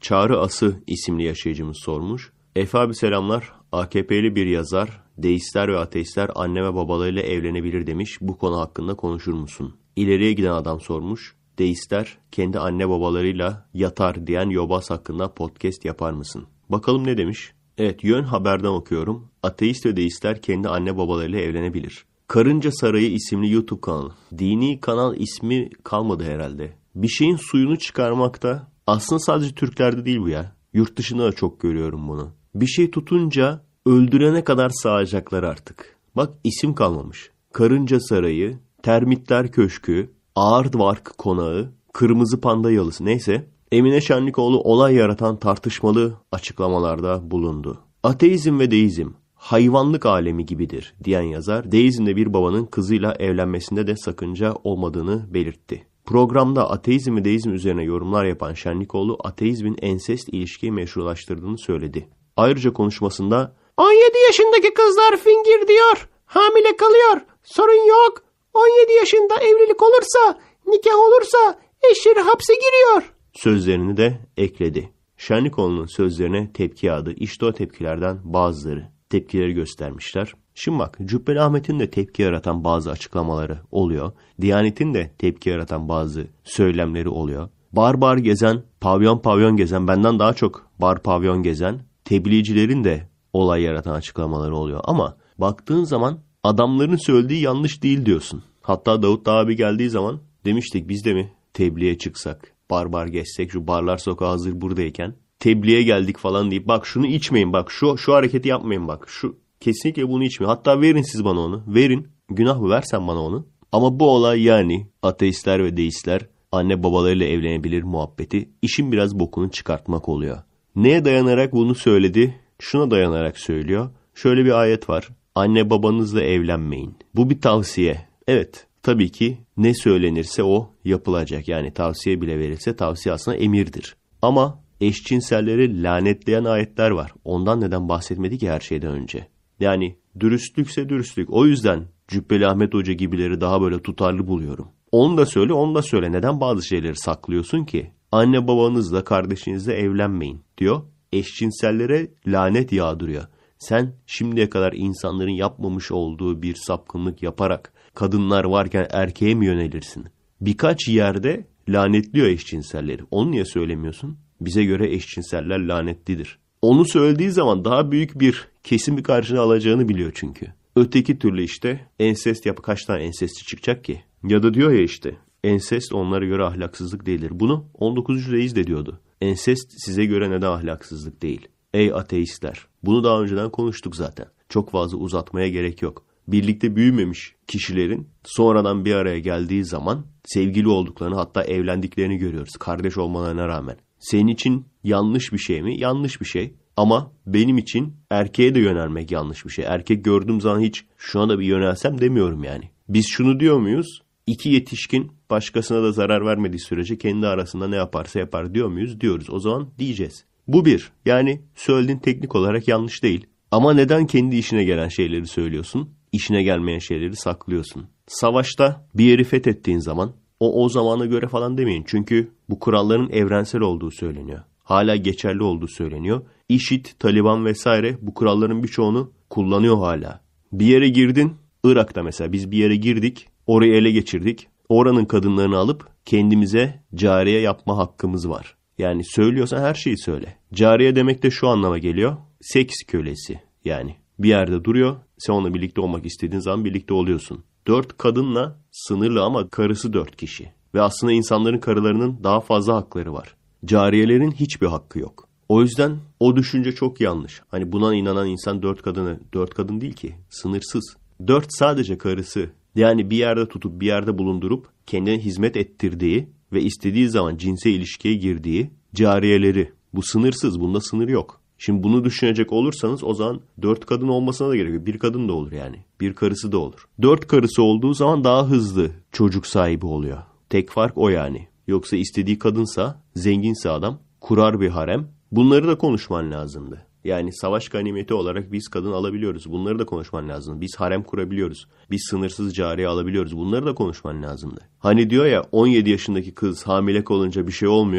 Çağrı Ası isimli yaşayıcımız sormuş. Efe abi selamlar. AKP'li bir yazar, deistler ve ateistler anne ve babalarıyla evlenebilir demiş. Bu konu hakkında konuşur musun? İleriye giden adam sormuş. Deistler kendi anne babalarıyla yatar diyen Yobaz hakkında podcast yapar mısın? Bakalım ne demiş? Evet, Yön Haber'den okuyorum. Ateist ve deistler kendi anne babalarıyla evlenebilir. Karınca Sarayı isimli YouTube kanalı. Dini kanal ismi kalmadı herhalde. Bir şeyin suyunu çıkarmakta aslında sadece Türklerde değil bu ya. Yurt dışında da çok görüyorum bunu. Bir şey tutunca öldürene kadar sağacaklar artık. Bak isim kalmamış. Karınca Sarayı, Termitler Köşkü, Ağırvark Konağı, Kırmızı Panda Yalısı neyse. Emine Şenlikoğlu olay yaratan tartışmalı açıklamalarda bulundu. Ateizm ve deizm hayvanlık alemi gibidir diyen yazar, deizmde bir babanın kızıyla evlenmesinde de sakınca olmadığını belirtti. Programda ateizm ve deizm üzerine yorumlar yapan Şenlikoğlu, ateizmin ensest ilişkiyi meşrulaştırdığını söyledi. Ayrıca konuşmasında 17 yaşındaki kızlar fingir diyor, hamile kalıyor, sorun yok. 17 yaşında evlilik olursa, nikah olursa eşleri hapse giriyor sözlerini de ekledi. Şenlikoğlu'nun sözlerine tepki yağdı. İşte o tepkilerden bazıları. Tepkileri göstermişler. Şimdi bak, Cübbeli Ahmet'in de tepki yaratan bazı açıklamaları oluyor. Diyanet'in de tepki yaratan bazı söylemleri oluyor. Bar gezen, pavyon gezen, benden daha çok bar pavyon gezen tebliğcilerin de olay yaratan açıklamaları oluyor. Ama baktığın zaman adamların söylediği yanlış değil diyorsun. Hatta Davut abi geldiği zaman demiştik, biz de mi tebliğe çıksak, bar gezsek, şu barlar sokağı hazır buradayken tebliğe geldik falan deyip bak şunu içmeyin, bak şu hareketi yapmayın, bak şu kesinlikle bunu içmeyin. Hatta verin siz bana onu, verin, günah mı, versen bana onu. Ama bu olay, yani ateistler ve deistler anne babalarıyla evlenebilir muhabbeti, işin biraz bokunu çıkartmak oluyor. Neye dayanarak bunu söyledi? Şuna dayanarak söylüyor. Şöyle bir ayet var. Anne babanızla evlenmeyin. Bu bir tavsiye. Evet, tabii ki ne söylenirse o yapılacak. Yani tavsiye bile verilse tavsiye aslında emirdir. Ama eşcinselleri lanetleyen ayetler var. Ondan neden bahsetmedi ki her şeyden önce? Yani dürüstlükse dürüstlük. O yüzden Cübbeli Ahmet Hoca gibileri daha böyle tutarlı buluyorum. Onu da söyle, onu da söyle. Neden bazı şeyleri saklıyorsun ki? Anne babanızla, kardeşinizle evlenmeyin diyor. Eşcinsellere lanet yağdırıyor. Sen şimdiye kadar insanların yapmamış olduğu bir sapkınlık yaparak kadınlar varken erkeğe mi yönelirsin? Birkaç yerde lanetliyor eşcinselleri. Onu niye söylemiyorsun? Bize göre eşcinseller lanetlidir. Onu söylediği zaman daha büyük bir kesim bir karşına alacağını biliyor çünkü. Öteki türlü işte ensest yapı, kaç tane ensestçi çıkacak ki? Ya da diyor ya işte ensest onlara göre ahlaksızlık değildir. Bunu 19. Reis de diyordu. Ensest size göre neden ahlaksızlık değil? Ey ateistler. Bunu daha önceden konuştuk zaten. Çok fazla uzatmaya gerek yok. Birlikte büyümemiş kişilerin sonradan bir araya geldiği zaman sevgili olduklarını, hatta evlendiklerini görüyoruz. Kardeş olmalarına rağmen. Senin için yanlış bir şey mi? Yanlış bir şey. Ama benim için erkeğe de yönelmek yanlış bir şey. Erkek gördüğüm zaman hiç şuna da bir yönelsem demiyorum yani. Biz şunu diyor muyuz? İki yetişkin başkasına da zarar vermediği sürece kendi arasında ne yaparsa yapar diyor muyuz? Diyoruz. O zaman diyeceğiz. Bu bir. Yani söylediğin teknik olarak yanlış değil. Ama neden kendi işine gelen şeyleri söylüyorsun? İşine gelmeyen şeyleri saklıyorsun. Savaşta bir yeri fethettiğin zaman o zamana göre falan demeyin. Çünkü bu kuralların evrensel olduğu söyleniyor. Hala geçerli olduğu söyleniyor. IŞİD, Taliban vesaire bu kuralların birçoğunu kullanıyor hala. Bir yere girdin, Irak'ta mesela biz bir yere girdik, orayı ele geçirdik. Oranın kadınlarını alıp kendimize cariye yapma hakkımız var. Yani söylüyorsan her şeyi söyle. Cariye demek de şu anlama geliyor. Seks kölesi yani. Bir yerde duruyor, sen onunla birlikte olmak istediğin zaman birlikte oluyorsun. 4 kadınla sınırlı ama karısı 4 kişi. Ve aslında insanların karılarının daha fazla hakları var. Cariyelerin hiçbir hakkı yok. O yüzden o düşünce çok yanlış. Hani buna inanan insan 4 kadını, 4 kadın değil ki, sınırsız. 4 sadece karısı. Yani bir yerde tutup bir yerde bulundurup kendine hizmet ettirdiği ve istediği zaman cinsel ilişkiye girdiği cariyeleri. Bu sınırsız, bunda sınır yok. Şimdi bunu düşünecek olursanız o zaman 4 kadın olmasına da gerek yok. Bir kadın da olur yani. Bir karısı da olur. 4 karısı olduğu zaman daha hızlı çocuk sahibi oluyor. Tek fark o yani. Yoksa istediği kadınsa, zenginse adam, kurar bir harem. Bunları da konuşman lazımdı. Yani savaş ganimeti olarak biz kadın alabiliyoruz. Bunları da konuşman lazım. Biz harem kurabiliyoruz. Biz sınırsız cariye alabiliyoruz. Bunları da konuşman lazımdı. Hani diyor ya 17 yaşındaki kız hamile olunca bir şey olmuyor.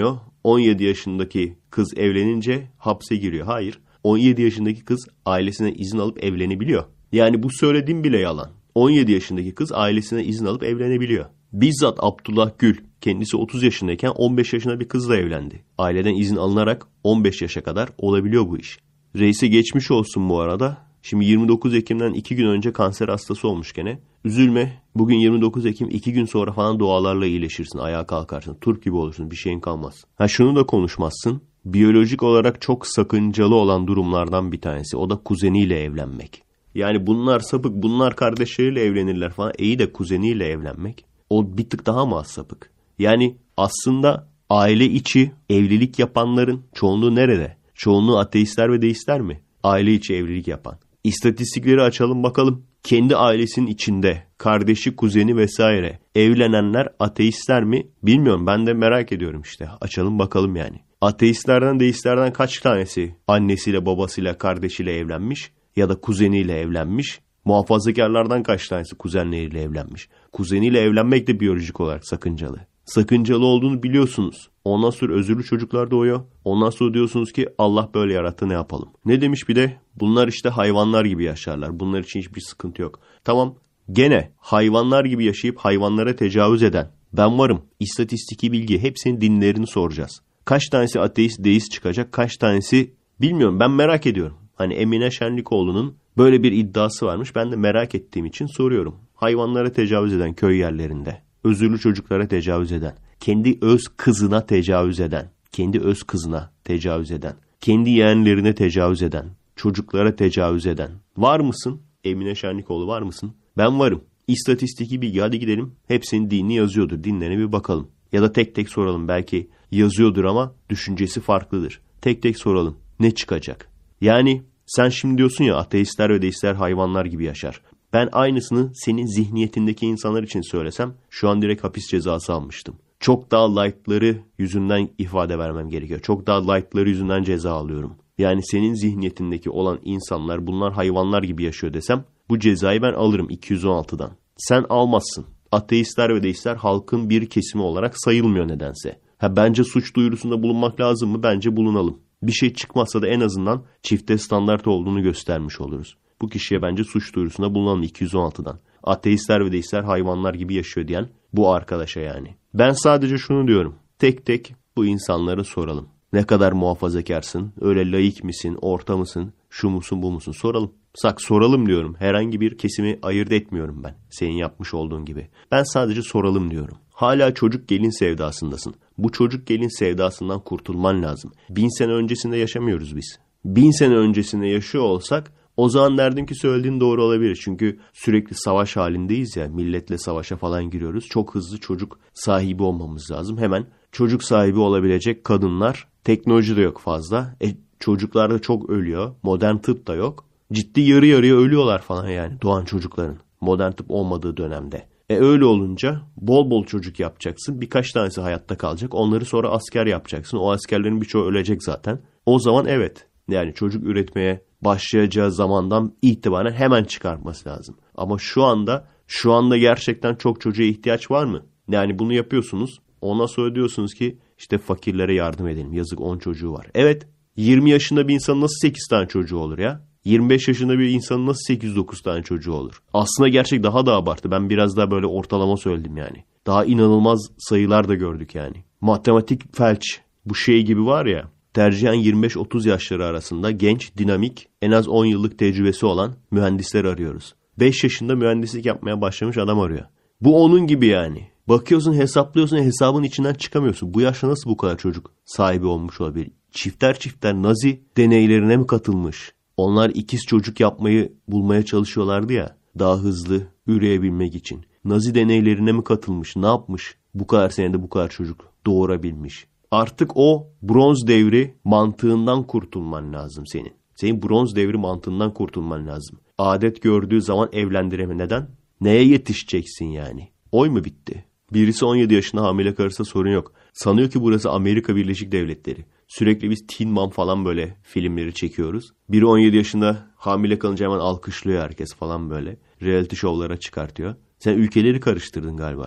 17 yaşındaki kız evlenince hapse giriyor. Hayır. 17 yaşındaki kız ailesine izin alıp evlenebiliyor. Yani bu söylediğim bile yalan. 17 yaşındaki kız ailesine izin alıp evlenebiliyor. Bizzat Abdullah Gül kendisi 30 yaşındayken 15 yaşında bir kızla evlendi. Aileden izin alınarak 15 yaşa kadar olabiliyor bu iş. Reis'e geçmiş olsun bu arada. Şimdi 29 Ekim'den 2 gün önce kanser hastası olmuş gene. Üzülme. Bugün 29 Ekim 2 gün sonra falan dualarla iyileşirsin. Ayağa kalkarsın. Turp gibi olursun. Bir şeyin kalmaz. Şunu da konuşmazsın. Biyolojik olarak çok sakıncalı olan durumlardan bir tanesi. O da kuzeniyle evlenmek. Yani bunlar sapık. Bunlar kardeşleriyle evlenirler falan. İyi de kuzeniyle evlenmek. O bir tık daha mı az sapık? Yani aslında aile içi evlilik yapanların çoğunluğu nerede? Çoğunluğu ateistler ve deistler mi? Aile içi evlilik yapan. İstatistikleri açalım bakalım. Kendi ailesinin içinde kardeşi, kuzeni vesaire evlenenler ateistler mi? Bilmiyorum, ben de merak ediyorum işte. Açalım bakalım yani. Ateistlerden, deistlerden kaç tanesi annesiyle, babasıyla, kardeşiyle evlenmiş ya da kuzeniyle evlenmiş? Muhafazakarlardan kaç tanesi kuzenleriyle evlenmiş? Kuzeniyle evlenmek de biyolojik olarak sakıncalı. Sakıncalı olduğunu biliyorsunuz. Ondan sonra özürlü çocuklar doğuyor. Ondan sonra diyorsunuz ki Allah böyle yarattı, ne yapalım? Ne demiş bir de? Bunlar işte hayvanlar gibi yaşarlar. Bunlar için hiçbir sıkıntı yok. Tamam, gene hayvanlar gibi yaşayıp hayvanlara tecavüz eden ben varım. İstatistiki bilgi, hepsinin dinlerini soracağız. Kaç tanesi ateist, deist çıkacak? Kaç tanesi bilmiyorum, ben merak ediyorum. Hani Emine Şenlikoğlu'nun böyle bir iddiası varmış. Ben de merak ettiğim için soruyorum. Hayvanlara tecavüz eden köy yerlerinde, özürlü çocuklara tecavüz eden, kendi öz kızına tecavüz eden, kendi öz kızına tecavüz eden, kendi yeğenlerine tecavüz eden, çocuklara tecavüz eden. Var mısın? Emine Şenlikoğlu, var mısın? Ben varım. İstatistiki bilgi, hadi gidelim. Hepsinin dinini yazıyordur. Dinlerine bir bakalım. Ya da tek tek soralım. Belki yazıyordur ama düşüncesi farklıdır. Tek tek soralım. Ne çıkacak? Yani sen şimdi diyorsun ya, ateistler ve deistler hayvanlar gibi yaşar. Ben aynısını senin zihniyetindeki insanlar için söylesem şu an direkt hapis cezası almıştım. Çok daha light'ları yüzünden ifade vermem gerekiyor. Çok daha light'ları yüzünden ceza alıyorum. Yani senin zihniyetindeki olan insanlar bunlar hayvanlar gibi yaşıyor desem bu cezayı ben alırım 216'dan. Sen almazsın. Ateistler ve deistler halkın bir kesimi olarak sayılmıyor nedense. Bence suç duyurusunda bulunmak lazım mı? Bence bulunalım. Bir şey çıkmazsa da en azından çifte standart olduğunu göstermiş oluruz. Bu kişiye bence suç duyurusunda bulunalım 216'dan. Ateistler ve deistler hayvanlar gibi yaşıyor diyen bu arkadaşa yani. Ben sadece şunu diyorum. Tek tek bu insanlara soralım. Ne kadar muhafazakarsın? Öyle laik misin? Orta mısın? Şu musun, bu musun? Soralım. Soralım diyorum. Herhangi bir kesimi ayırt etmiyorum ben. Senin yapmış olduğun gibi. Ben sadece soralım diyorum. Hala çocuk gelin sevdasındasın. Bu çocuk gelin sevdasından kurtulman lazım. 1000 sene öncesinde yaşamıyoruz biz. 1000 sene öncesinde yaşıyor olsak o zaman derdim ki söylediğin doğru olabilir. Çünkü sürekli savaş halindeyiz ya. Milletle savaşa falan giriyoruz. Çok hızlı çocuk sahibi olmamız lazım. Hemen çocuk sahibi olabilecek kadınlar. Teknoloji de yok fazla. Çocuklar da çok ölüyor. Modern tıp da yok. Ciddi yarı yarıya ölüyorlar falan yani doğan çocukların. Modern tıp olmadığı dönemde. Öyle olunca bol bol çocuk yapacaksın. Birkaç tanesi hayatta kalacak. Onları sonra asker yapacaksın. O askerlerin birçoğu ölecek zaten. O zaman evet. Yani çocuk üretmeye başlayacağı zamandan itibaren hemen çıkartması lazım. Ama şu anda gerçekten çok çocuğa ihtiyaç var mı? Yani bunu yapıyorsunuz. Ondan sonra diyorsunuz ki işte fakirlere yardım edelim. Yazık 10 çocuğu var. Evet, 20 yaşında bir insanın nasıl 8 tane çocuğu olur ya? 25 yaşında bir insanın nasıl 8-9 tane çocuğu olur? Aslında gerçek daha da abartı. Ben biraz daha böyle ortalama söyledim yani. Daha inanılmaz sayılar da gördük yani. Matematik felç bu şey gibi var ya. Tercihen 25-30 yaşları arasında genç, dinamik, en az 10 yıllık tecrübesi olan mühendisler arıyoruz. 5 yaşında mühendislik yapmaya başlamış adam arıyor. Bu onun gibi yani. Bakıyorsun, hesaplıyorsun, hesabın içinden çıkamıyorsun. Bu yaşta nasıl bu kadar çocuk sahibi olmuş olabilir? Çifter Nazi deneylerine mi katılmış? Onlar ikiz çocuk bulmaya çalışıyorlardı ya. Daha hızlı üreyebilmek için. Nazi deneylerine mi katılmış? Ne yapmış? Bu kadar senede bu kadar çocuk doğurabilmiş. Artık o bronz devri mantığından kurtulman lazım senin. Senin bronz devri mantığından kurtulman lazım. Adet gördüğü zaman evlendireme. Neden? Neye yetişeceksin yani? Oy mu bitti? Birisi 17 yaşında hamile karısı sorun yok. Sanıyor ki burası Amerika Birleşik Devletleri. Sürekli biz Teen Mom falan böyle filmleri çekiyoruz. Biri 17 yaşında hamile kalınca hemen alkışlıyor herkes falan böyle. Reality show'lara çıkartıyor. Sen ülkeleri karıştırdın galiba.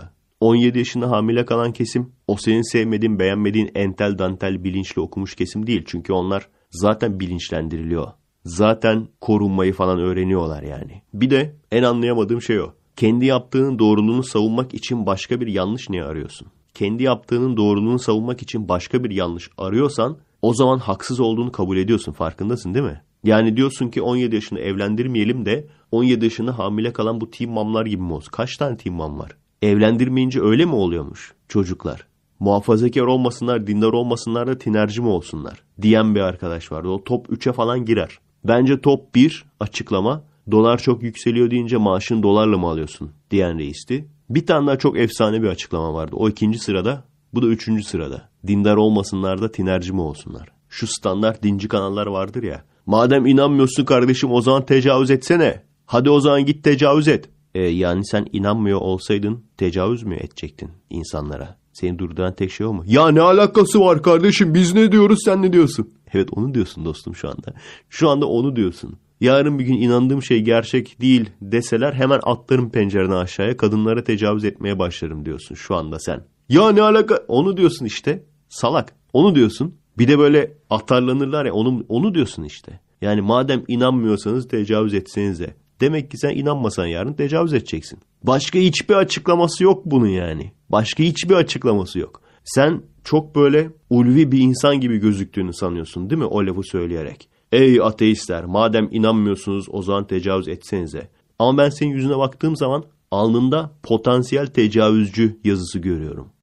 17 yaşında hamile kalan kesim o senin sevmediğin, beğenmediğin entel dantel bilinçli okumuş kesim değil. Çünkü onlar zaten bilinçlendiriliyor. Zaten korunmayı falan öğreniyorlar yani. Bir de en anlayamadığım şey o. Kendi yaptığının doğruluğunu savunmak için başka bir yanlış niye arıyorsun? Kendi yaptığının doğruluğunu savunmak için başka bir yanlış arıyorsan o zaman haksız olduğunu kabul ediyorsun. Farkındasın değil mi? Yani diyorsun ki 17 yaşını evlendirmeyelim de 17 yaşında hamile kalan bu teen momlar gibi mi olsun? Kaç tane teen mom var? Evlendirmeyince öyle mi oluyormuş çocuklar? Muhafazakar olmasınlar, dindar olmasınlar da tinerci mi olsunlar? Diyen bir arkadaş vardı. O top 3'e falan girer. Bence top 1 açıklama. Dolar çok yükseliyor deyince maaşını dolarla mı alıyorsun diyen reisti. Bir tane daha çok efsane bir açıklama vardı. O 2. sırada, bu da 3. sırada. Dindar olmasınlar da tinerci mi olsunlar? Şu standart dinci kanallar vardır ya. Madem inanmıyorsun kardeşim o zaman tecavüz etsene. Hadi o zaman git tecavüz et. Yani sen inanmıyor olsaydın tecavüz mü edecektin insanlara? Seni durduran tek şey o mu? Ya ne alakası var kardeşim? Biz ne diyoruz, sen ne diyorsun? Evet, onu diyorsun dostum şu anda. Şu anda onu diyorsun. Yarın bir gün inandığım şey gerçek değil deseler hemen atlarım pencereden aşağıya, kadınlara tecavüz etmeye başlarım diyorsun şu anda sen. Ya ne alaka? Onu diyorsun işte. Salak. Onu diyorsun. Bir de böyle atarlanırlar ya, onu diyorsun işte. Yani madem inanmıyorsanız tecavüz etsenize. Demek ki sen inanmasan yarın tecavüz edeceksin. Başka hiçbir açıklaması yok bunun yani. Başka hiçbir açıklaması yok. Sen çok böyle ulvi bir insan gibi gözüktüğünü sanıyorsun değil mi o lafı söyleyerek? Ey ateistler, madem inanmıyorsunuz o zaman tecavüz etsenize. Ama ben senin yüzüne baktığım zaman alnında potansiyel tecavüzcü yazısı görüyorum.